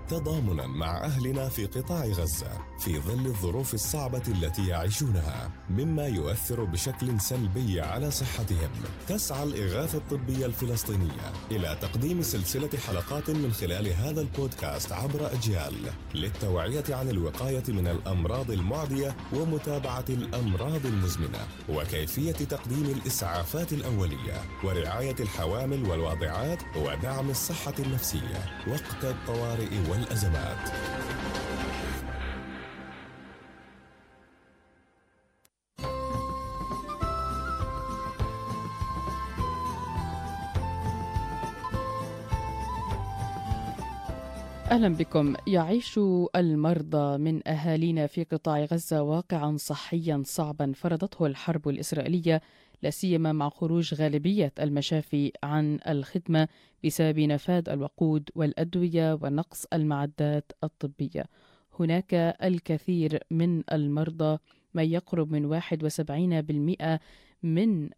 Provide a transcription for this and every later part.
تضامنا مع أهلنا في قطاع غزة في ظل الظروف الصعبة التي يعيشونها مما يؤثر بشكل سلبي على صحتهم. تسعى الإغاثة الطبية الفلسطينية إلى تقديم سلسلة حلقات من خلال هذا البودكاست عبر أجيال للتوعية عن الوقاية من الأمراض المعدية ومتابعة الأمراض المزمنة وكيفية تقديم الإسعافات الأولية ورعاية الحوامل والواضعات ودعم الصحة النفسية وقت الطوارئ والأزمات. أهلا بكم. يعيش المرضى من أهالينا في قطاع غزة واقعا صحيا صعبا فرضته الحرب الإسرائيلية، لا سيما مع خروج غالبية المشافي عن الخدمة بسبب نفاذ الوقود والأدوية ونقص المعدات الطبية. هناك الكثير من المرضى، ما يقرب من 71% من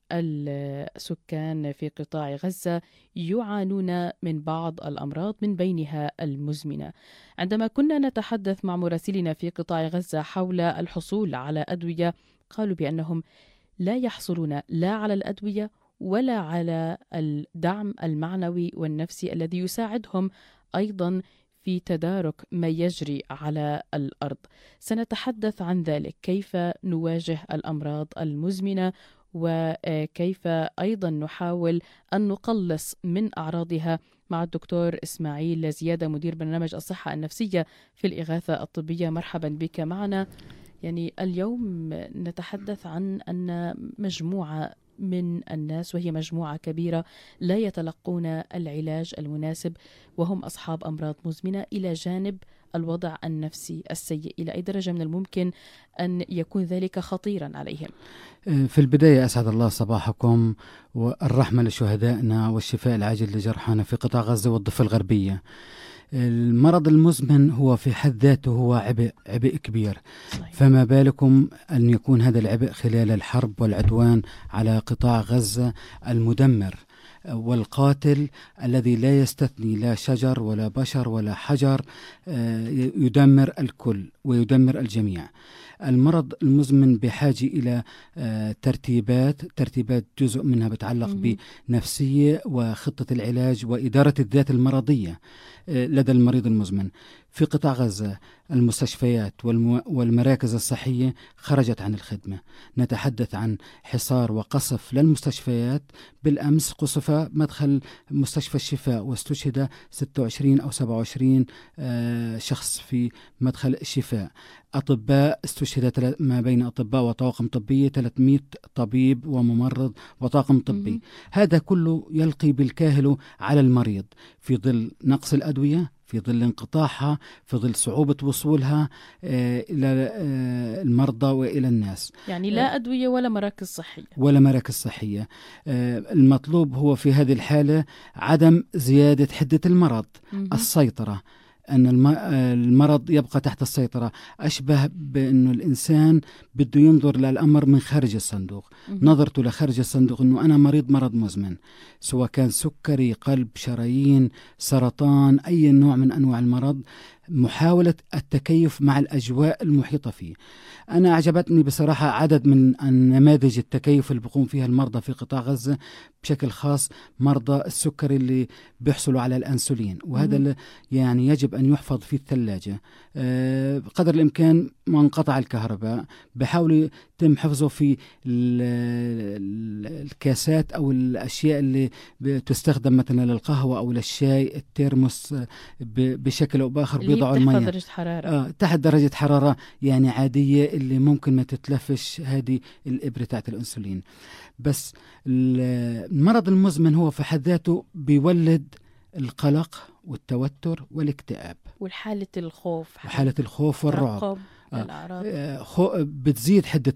السكان في قطاع غزة يعانون من بعض الأمراض من بينها المزمنة. عندما كنا نتحدث مع مراسلنا في قطاع غزة حول الحصول على أدوية، قالوا بأنهم لا يحصلون لا على الأدوية ولا على الدعم المعنوي والنفسي الذي يساعدهم أيضا في تدارك ما يجري على الأرض. سنتحدث عن ذلك، كيف نواجه الأمراض المزمنة وكيف أيضا نحاول أن نقلص من أعراضها مع الدكتور إسماعيل زيادة، مدير برنامج الصحة النفسية في الإغاثة الطبية. مرحبا بك معنا. اليوم نتحدث عن أن مجموعة من الناس، وهي مجموعة كبيرة، لا يتلقون العلاج المناسب وهم أصحاب أمراض مزمنة، إلى جانب الوضع النفسي السيء. إلى أي درجة من الممكن أن يكون ذلك خطيرا عليهم؟ في البداية أسعد الله صباحكم، والرحمة لشهدائنا والشفاء العاجل لجرحانا في قطاع غزة والضفة الغربية. المرض المزمن هو في حد ذاته هو عبء كبير، صحيح. فما بالكم أن يكون هذا العبء خلال الحرب والعدوان على قطاع غزة المدمر والقاتل الذي لا يستثني لا شجر ولا بشر ولا حجر، يدمر الكل ويدمر الجميع. المرض المزمن بحاجة إلى ترتيبات جزء منها بتعلق بنفسية وخطة العلاج وإدارة الذات المرضية لدى المريض المزمن. في قطاع غزة المستشفيات والمراكز الصحية خرجت عن الخدمة. نتحدث عن حصار وقصف للمستشفيات. بالأمس قصف مدخل مستشفى الشفاء واستشهد 26 أو 27 شخص في مدخل الشفاء. أطباء استشهد، ما بين أطباء وطواقم طبية 300 طبيب وممرض وطاقم طبي. هذا كله يلقي بالكاهل على المريض في ظل نقص الأدوية، في ظل انقطاعها، في ظل صعوبة وصولها إلى المرضى وإلى الناس. لا أدوية ولا مراكز صحية. المطلوب هو في هذه الحالة عدم زيادة حدة المرض، السيطرة، أن المرض يبقى تحت السيطرة. أشبه بأنه الإنسان بده ينظر للأمر من خارج الصندوق. نظرته لخارج الصندوق أنه أنا مرض مزمن، سواء كان سكري، قلب، شرايين، سرطان، أي نوع من أنواع المرض، محاولة التكيف مع الأجواء المحيطة فيه. أنا أعجبتني بصراحة عدد من النماذج التكيف اللي بيقوم فيها المرضى في قطاع غزة، بشكل خاص مرضى السكري اللي بيحصلوا على الأنسولين، وهذا يجب أن يحفظ في الثلاجة. قدر الإمكان ما انقطع الكهرباء بحاولوا يتم حفظه في الكاسات أو الأشياء اللي تستخدم مثلا للقهوة أو للشاي، الترمس بشكل أو بآخر بيضعوا المياه تحت درجة حرارة، تحت درجة حرارة عادية، اللي ممكن ما تتلفش هذه الإبرة تاعت الأنسولين. بس المرض المزمن هو في حد ذاته بيولد القلق والتوتر والاكتئاب وحالة الخوف والرعب. بتزيد حدة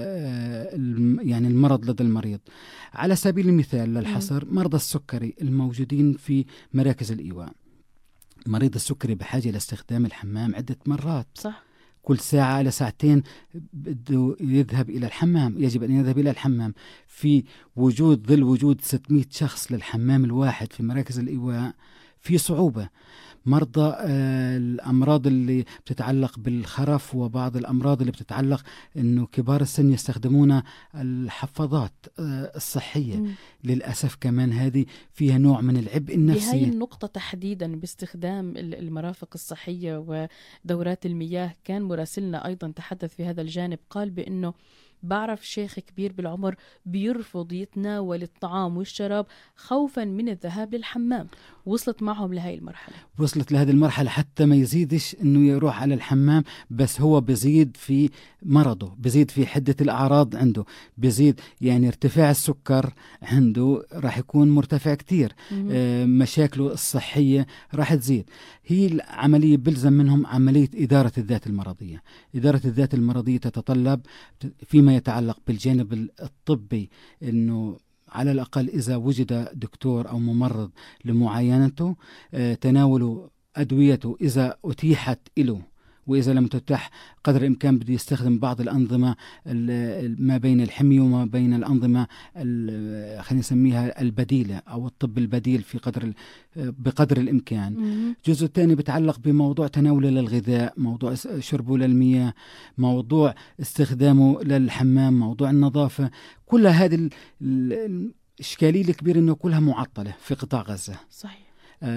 المرض لدى المريض. على سبيل المثال للحصر، مرضى السكري الموجودين في مراكز الإيواء. مريض السكري بحاجة لاستخدام الحمام عدة مرات، صح. كل ساعة إلى ساعتين بده يذهب إلى الحمام، يجب أن يذهب إلى الحمام. في ظل وجود 600 شخص للحمام الواحد في مراكز الإيواء، في صعوبة. مرضى الأمراض اللي بتتعلق بالخرف، وبعض الأمراض اللي بتتعلق أنه كبار السن يستخدمون الحفاضات الصحية. للأسف كمان هذه فيها نوع من العبء النفسي. بهاي النقطة تحديدا باستخدام المرافق الصحية ودورات المياه، كان مراسلنا أيضا تحدث في هذا الجانب، قال بأنه بعرف شيخ كبير بالعمر بيرفض يتناول الطعام والشراب خوفا من الذهاب للحمام. وصلت معهم لهي المرحلة، وصلت لهذه المرحلة حتى ما يزيدش انه يروح على الحمام، بس هو بزيد في مرضه، بزيد في حدة الأعراض عنده، بزيد يعني ارتفاع السكر عنده راح يكون مرتفع كتير، مشاكله الصحية راح تزيد. هي العملية بلزم منهم عملية إدارة الذات المرضية. إدارة الذات المرضية تتطلب فيما يتعلق بالجانب الطبي أنه على الأقل إذا وجد دكتور أو ممرض لمعاينته، تناول أدويته إذا أتيحت له، وإذا لم تتاح قدر الإمكان بده يستخدم بعض الأنظمة ما بين الحمية وما بين الأنظمة خلينا نسميها البديلة أو الطب البديل بقدر الإمكان. الجزء الثاني بتعلق بموضوع تناوله للغذاء، موضوع شربه للمياه، موضوع استخدامه للحمام، موضوع النظافة. كل هذه الإشكالية الكبيرة إنه كلها معطلة في قطاع غزة. صحيح.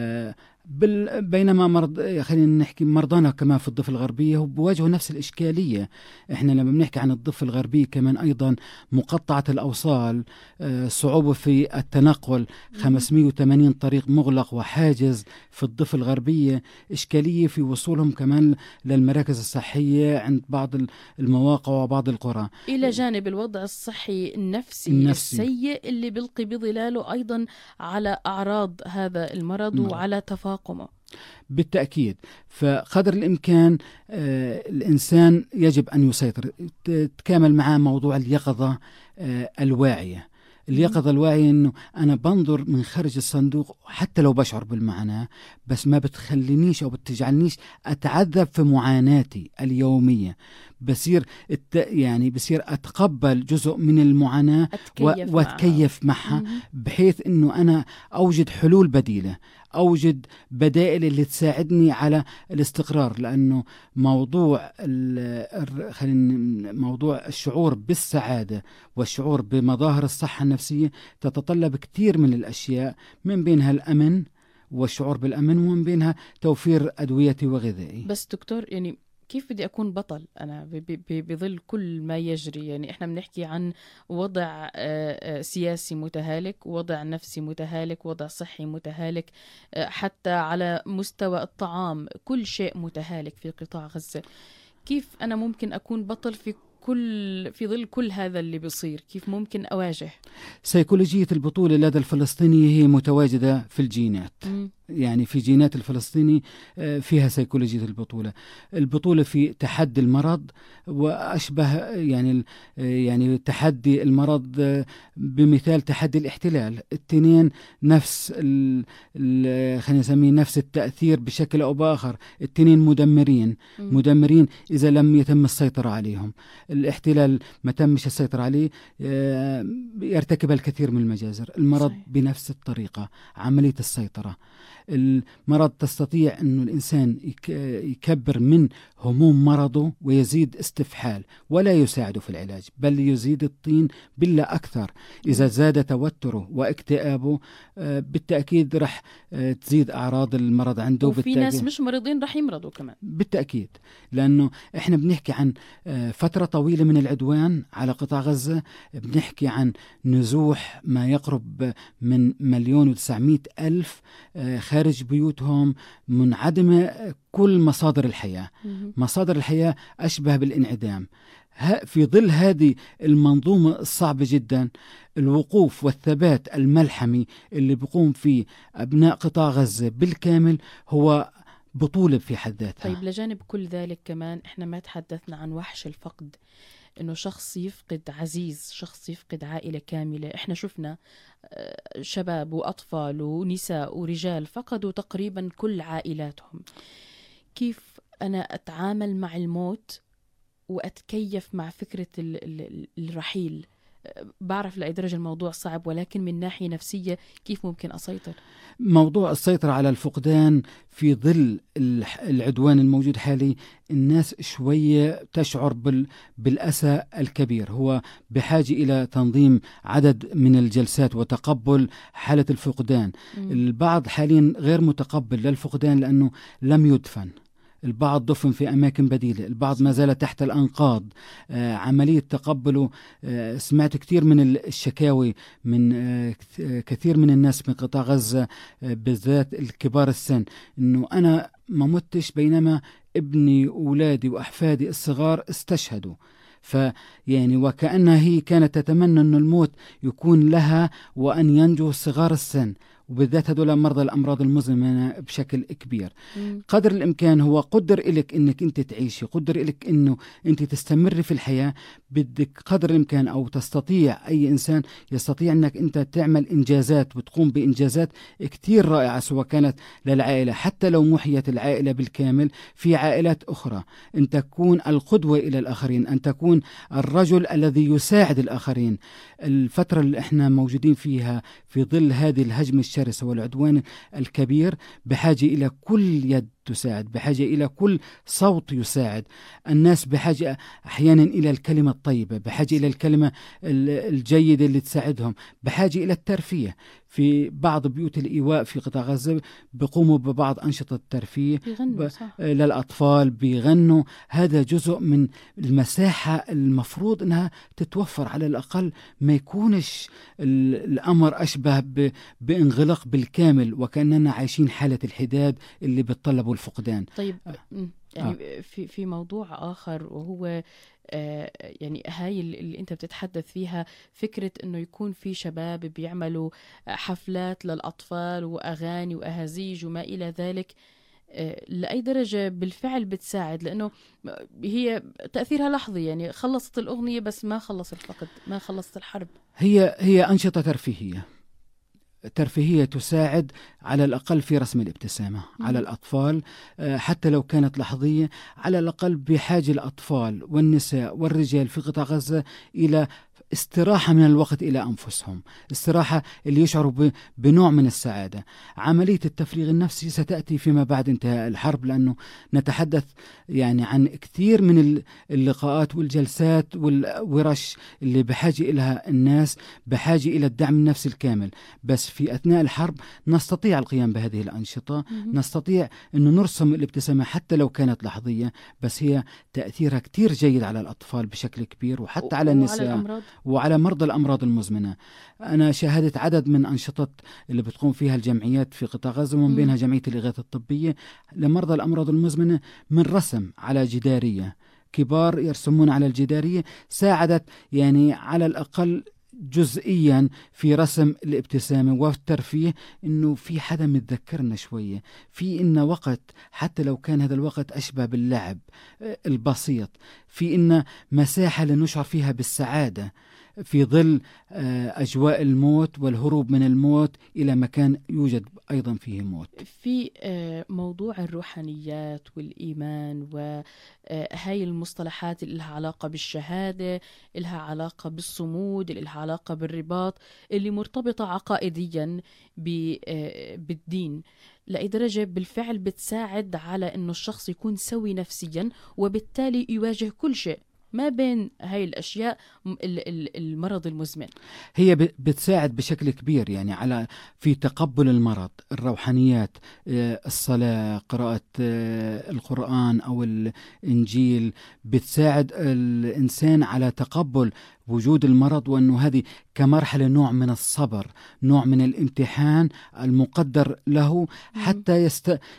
بينما خلينا نحكي مرضانا كمان في الضفة الغربية بواجهوا نفس الإشكالية. إحنا لما بنحكي عن الضفة الغربية كمان أيضا مقطعة الأوصال، صعوبة في التنقل، 580 طريق مغلق وحاجز في الضفة الغربية، إشكالية في وصولهم كمان للمراكز الصحية عند بعض المواقع وبعض القرى، إلى جانب الوضع الصحي النفسي السيء اللي بيلقي بظلاله أيضا على أعراض هذا المرض وعلى تفاقمه. بالتأكيد. فقدر الإمكان الإنسان يجب أن يسيطر، تكامل معه موضوع اليقظة الواعية. اليقظة الواعية إنه أنا بنظر من خارج الصندوق حتى لو بشعر بالمعاناة، بس ما بتخلينيش أو بتجعلنيش أتعذب في معاناتي اليومية. بصير أتقبل جزء من المعاناة وأتكيف معها بحيث إنه أنا أوجد حلول بديلة، أوجد بدائل اللي تساعدني على الاستقرار. لأنه موضوع الشعور بالسعادة والشعور بمظاهر الصحة النفسية تتطلب كتير من الأشياء، من بينها الأمن والشعور بالأمن، ومن بينها توفير أدويتي وغذائي. بس دكتور، يعني كيف بدي أكون بطل أنا بظل كل ما يجري؟ يعني إحنا بنحكي عن وضع سياسي متهالك، وضع نفسي متهالك، وضع صحي متهالك، حتى على مستوى الطعام كل شيء متهالك في قطاع غزة. كيف أنا ممكن أكون بطل في ظل كل هذا اللي بيصير؟ كيف ممكن أواجه؟ سيكولوجية البطولة لدى الفلسطيني هي متواجدة في الجينات. يعني في جينات الفلسطيني فيها سيكولوجية البطولة في تحدي المرض، وأشبه يعني تحدي المرض بمثال تحدي الاحتلال. التنين نفس خلينا نسميه نفس التأثير بشكل أو بآخر. التنين مدمرين إذا لم يتم السيطرة عليهم. الاحتلال ما تمش السيطرة عليه يرتكب الكثير من المجازر. المرض صحيح. بنفس الطريقة عملية السيطرة. المرض تستطيع أن الإنسان يكبر من هموم مرضه ويزيد استفحال، ولا يساعده في العلاج، بل يزيد الطين بلة أكثر. إذا زاد توتره واكتئابه بالتأكيد رح تزيد أعراض المرض عنده. وفي ناس مش مريضين رح يمرضوا كمان بالتأكيد، لأنه إحنا بنحكي عن فترة طويلة من العدوان على قطاع غزة. بنحكي عن نزوح ما يقرب من 1,900,000 خارج بيوتهم، منعدمة كل مصادر الحياة. مصادر الحياة أشبه بالانعدام. في ظل هذه المنظومة الصعبة جدا، الوقوف والثبات الملحمي اللي بيقوم فيه أبناء قطاع غزة بالكامل هو بطولة في حد ذاتها. طيب، لجانب كل ذلك كمان إحنا ما تحدثنا عن وحش الفقد، إنه شخص يفقد عزيز، شخص يفقد عائلة كاملة. إحنا شفنا شباب وأطفال ونساء ورجال فقدوا تقريبا كل عائلاتهم. كيف أنا أتعامل مع الموت وأتكيف مع فكرة الرحيل بعرف لأي درجة الموضوع صعب، ولكن من ناحية نفسية كيف ممكن أسيطر؟ موضوع السيطرة على الفقدان في ظل العدوان الموجود حالي، الناس شوية تشعر بالأسى الكبير. هو بحاجة إلى تنظيم عدد من الجلسات وتقبل حالة الفقدان. البعض حاليا غير متقبل للفقدان لأنه لم يدفن، البعض دفن في أماكن بديلة، البعض ما زال تحت الأنقاض. عملية تقبله، سمعت كثير من الشكاوي من كثير من الناس من قطاع غزة، بالذات الكبار السن، إنه أنا ما متش بينما ابني وأولادي وأحفادي الصغار استشهدوا. فيعني وكأنها هي كانت تتمنى أن الموت يكون لها وأن ينجو صغار السن، وبالذات هذول مرضى الأمراض المزمنة بشكل كبير. قدر الإمكان هو قدر إلك إنك أنت تعيشي، قدر إلك إنه أنت تستمري في الحياة، بدك قدر الإمكان أو تستطيع، أي إنسان يستطيع إنك أنت تعمل إنجازات وتقوم بإنجازات كتير رائعة، سواء كانت للعائلة. حتى لو محيت العائلة بالكامل، في عائلات أخرى أن تكون القدوة إلى الآخرين، أن تكون الرجل الذي يساعد الآخرين. الفترة اللي احنا موجودين فيها في ظل هذه الهجمة الشرسة والعدوان الكبير، بحاجة إلى كل يد تساعد، بحاجة إلى كل صوت يساعد الناس، بحاجة أحيانا إلى الكلمة الطيبة، بحاجة إلى الكلمة الجيدة اللي تساعدهم، بحاجة إلى الترفيه. في بعض بيوت الإيواء في قطاع غزة بيقوموا ببعض أنشطة الترفيه للأطفال، بيغنوا. هذا جزء من المساحة المفروض أنها تتوفر، على الأقل ما يكونش الأمر أشبه بانغلاق بالكامل وكأننا عايشين حالة الحداد اللي بتطلبوا الفقدان. طيب يعني في موضوع آخر، وهو يعني هاي اللي أنت بتتحدث فيها، فكرة أنه يكون في شباب بيعملوا حفلات للأطفال وأغاني وأهازيج وما إلى ذلك، لأي درجة بالفعل بتساعد؟ لأنه هي تأثيرها لحظي، يعني خلصت الأغنية بس ما خلص الفقد، ما خلصت الحرب. هي أنشطة ترفيهية تساعد على الأقل في رسم الابتسامة على الأطفال، حتى لو كانت لحظية. على الأقل بحاجة الأطفال والنساء والرجال في قطاع غزة إلى استراحة من الوقت إلى أنفسهم، استراحة اللي يشعروا بنوع من السعادة. عملية التفريغ النفسي ستأتي فيما بعد انتهاء الحرب، لأنه نتحدث يعني عن كثير من اللقاءات والجلسات والورش اللي بحاجة إلها الناس، بحاجة إلى الدعم النفسي الكامل. بس في أثناء الحرب نستطيع القيام بهذه الأنشطة، نستطيع أن نرسم الابتسامة حتى لو كانت لحظية، بس هي تأثيرها كتير جيد على الأطفال بشكل كبير، وحتى على النساء وعلى مرضى الأمراض المزمنة. أنا شاهدت عدد من أنشطة اللي بتقوم فيها الجمعيات في قطاع غزة، ومن بينها جمعية الإغاثة الطبية لمرضى الأمراض المزمنة، من رسم على جدارية، كبار يرسمون على الجدارية، ساعدت يعني على الأقل جزئيا في رسم الابتسامة والترفيه، إنه في حدا متذكرنا شوية، في إن وقت حتى لو كان هذا الوقت أشبه باللعب البسيط، في إن مساحة لنشعر فيها بالسعادة في ظل أجواء الموت والهروب من الموت إلى مكان يوجد أيضا فيه موت. في موضوع الروحانيات والإيمان وهاي المصطلحات اللي لها علاقة بالشهادة، اللي لها علاقة بالصمود، اللي لها علاقة بالرباط، اللي مرتبطة عقائديا بالدين، لأي درجة بالفعل بتساعد على أنه الشخص يكون سوي نفسيا، وبالتالي يواجه كل شيء ما بين هاي الأشياء المرض المزمن؟ هي بتساعد بشكل كبير يعني على في تقبل المرض. الروحانيات، الصلاة، قراءة القرآن أو الإنجيل بتساعد الإنسان على تقبل وجود المرض، وأنه هذه كمرحلة نوع من الصبر، نوع من الامتحان المقدر له حتى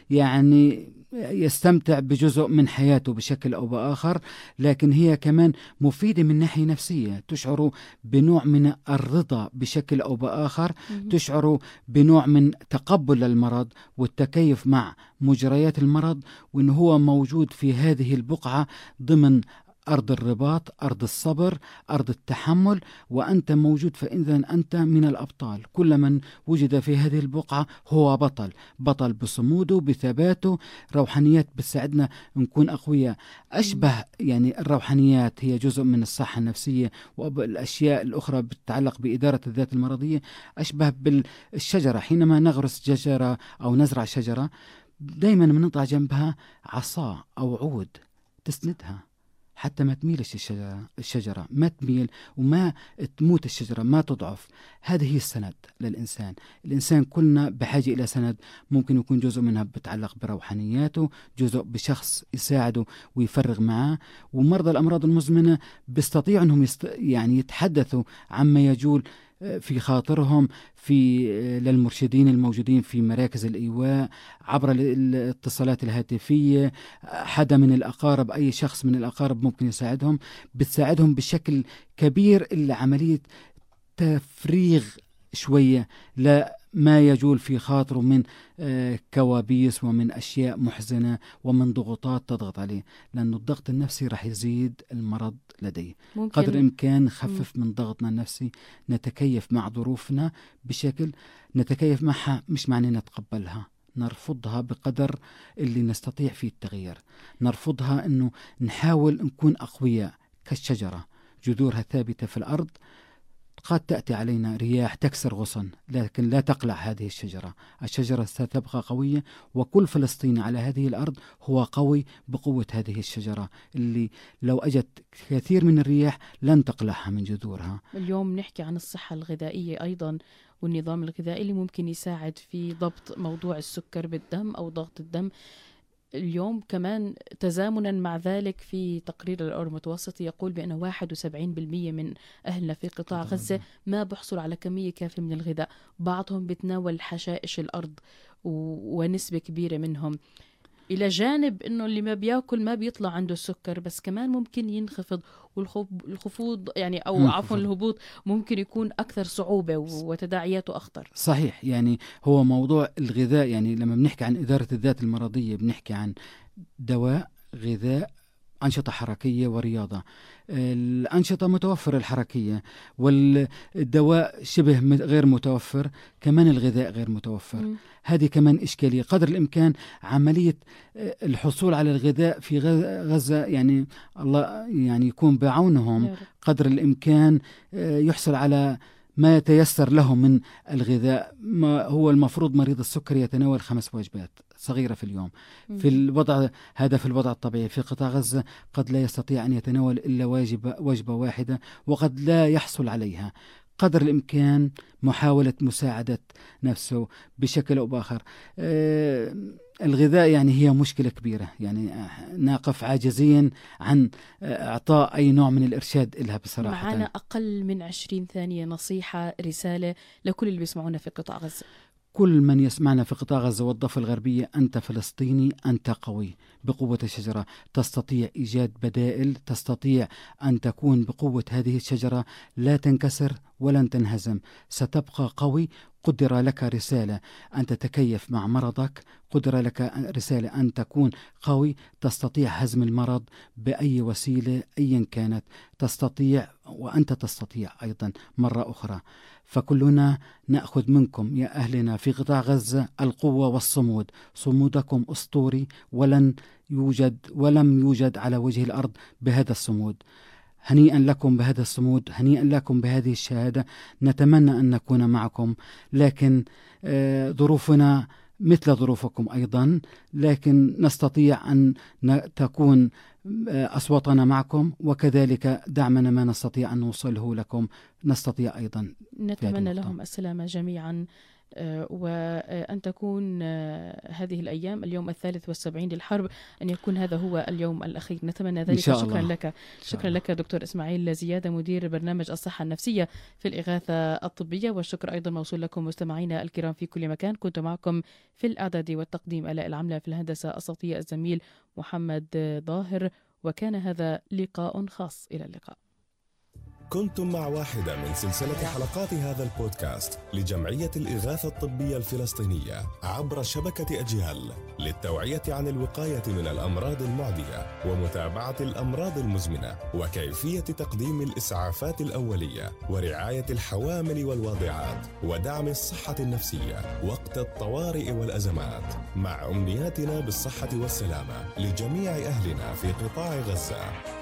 يستمتع بجزء من حياته بشكل أو بآخر. لكن هي كمان مفيدة من ناحية نفسية، تشعروا بنوع من الرضا بشكل أو بآخر، تشعروا بنوع من تقبل المرض والتكيف مع مجريات المرض، وأنه هو موجود في هذه البقعة ضمن أرض الرباط، أرض الصبر، أرض التحمل، وأنت موجود، فإذا أنت من الأبطال. كل من وجد في هذه البقعة هو بطل بصموده بثباته. روحانيات بتساعدنا نكون أقوياء. أشبه يعني الروحانيات هي جزء من الصحة النفسية، والأشياء الأخرى بتتعلق بإدارة الذات المرضية أشبه بالشجرة. حينما نغرس شجرة أو نزرع شجرة دايما بنضع جنبها عصا أو عود تسندها حتى ما تميلش الشجرة ما تميل وما تموت الشجرة، ما تضعف. هذه هي السند للإنسان. الإنسان كلنا بحاجة إلى سند، ممكن يكون جزء منها بتعلق بروحانياته، جزء بشخص يساعده ويفرغ معه. ومرضى الأمراض المزمنة بيستطيعوا أنهم يعني يتحدثوا عما يجول في خاطرهم للمرشدين الموجودين في مراكز الإيواء عبر الاتصالات الهاتفية. حدا من الأقارب، أي شخص من الأقارب ممكن يساعدهم، بتساعدهم بشكل كبير إلا عملية تفريغ شوية لما يجول في خاطره من كوابيس ومن أشياء محزنة ومن ضغوطات تضغط عليه، لأنه الضغط النفسي رح يزيد المرض لديه. قدر الإمكان نخفف من ضغطنا النفسي، نتكيف مع ظروفنا بشكل نتكيف معها، مش معنى نتقبلها، نرفضها بقدر اللي نستطيع فيه التغيير. نرفضها أنه نحاول نكون أقوياء كالشجرة جذورها ثابتة في الأرض. قد تأتي علينا رياح تكسر غصن، لكن لا تقلع هذه الشجرة. الشجرة ستبقى قوية، وكل فلسطيني على هذه الأرض هو قوي بقوة هذه الشجرة اللي لو أجت كثير من الرياح لن تقلعها من جذورها. اليوم نحكي عن الصحة الغذائية أيضا، والنظام الغذائي اللي ممكن يساعد في ضبط موضوع السكر بالدم أو ضغط الدم. اليوم كمان تزامنا مع ذلك في تقرير الأورو المتوسطي يقول بأن 71% من أهلنا في قطاع غزة ما بحصل على كمية كافية من الغذاء. بعضهم بتناول حشائش الأرض ونسبة كبيرة منهم، إلى جانب أنه اللي ما بيأكل ما بيطلع عنده السكر، بس كمان ممكن ينخفض، والخفوض يعني أو عفوا الهبوط ممكن يكون أكثر صعوبة وتداعياته أخطر. صحيح، يعني هو موضوع الغذاء، يعني لما بنحكي عن إدارة الذات المرضية بنحكي عن دواء، غذاء، أنشطة حركية ورياضة. الأنشطة متوفرة الحركية، والدواء شبه غير متوفر، كمان الغذاء غير متوفر. هذه كمان إشكالية. قدر الإمكان عملية الحصول على الغذاء في غزة يعني الله يعني يكون بعونهم، قدر الإمكان يحصل على ما يتيسر له من الغذاء. ما هو المفروض مريض السكر يتناول 5 وجبات صغيرة في اليوم. في الوضع الطبيعي في قطاع غزة قد لا يستطيع أن يتناول إلا وجبة واحدة، وقد لا يحصل عليها. قدر الإمكان محاولة مساعدة نفسه بشكل أو بآخر. الغذاء يعني هي مشكلة كبيرة، يعني نقف عاجزين عن إعطاء أي نوع من الإرشاد لها بصراحة. معنا أقل من 20 ثانية، نصيحة، رسالة لكل اللي بيسمعونا في قطاع غزة. كل من يسمعنا في قطاع غزة والضفة الغربية، أنت فلسطيني، أنت قوي بقوة الشجرة، تستطيع إيجاد بدائل، تستطيع أن تكون بقوة هذه الشجرة، لا تنكسر ولن تنهزم، ستبقى قوي. قدر لك رسالة أن تتكيف مع مرضك، قدر لك رسالة أن تكون قوي، تستطيع هزم المرض بأي وسيلة أيا كانت، تستطيع، وأنت تستطيع أيضا مرة أخرى. فكلنا نأخذ منكم يا أهلنا في قطاع غزة القوة والصمود. صمودكم أسطوري، ولم يوجد على وجه الأرض بهذا الصمود. هنيئا لكم بهذا الصمود، هنيئا لكم بهذه الشهادة. نتمنى أن نكون معكم، لكن ظروفنا مثل ظروفكم أيضا، لكن نستطيع أن تكون أصواتنا معكم، وكذلك دعمنا ما نستطيع أن نوصله لكم نستطيع أيضا. نتمنى لهم السلامة جميعا، وأن تكون هذه الأيام اليوم 73 للحرب أن يكون هذا هو اليوم الأخير. نتمنى ذلك. شكرا لك. شكرا لك دكتور إسماعيل زيادة، مدير برنامج الصحة النفسية في الإغاثة الطبية. والشكر أيضا موصول لكم مستمعينا الكرام في كل مكان. كنت معكم في الإعداد والتقديم آلاء العملة، في الهندسة الصوتية الزميل محمد ظاهر، وكان هذا لقاء خاص. إلى اللقاء. كنتم مع واحدة من سلسلة حلقات هذا البودكاست لجمعية الإغاثة الطبية الفلسطينية عبر شبكة أجيال للتوعية عن الوقاية من الأمراض المعدية ومتابعة الأمراض المزمنة وكيفية تقديم الإسعافات الأولية ورعاية الحوامل والواضعات ودعم الصحة النفسية وقت الطوارئ والأزمات، مع أمنياتنا بالصحة والسلامة لجميع أهلنا في قطاع غزة.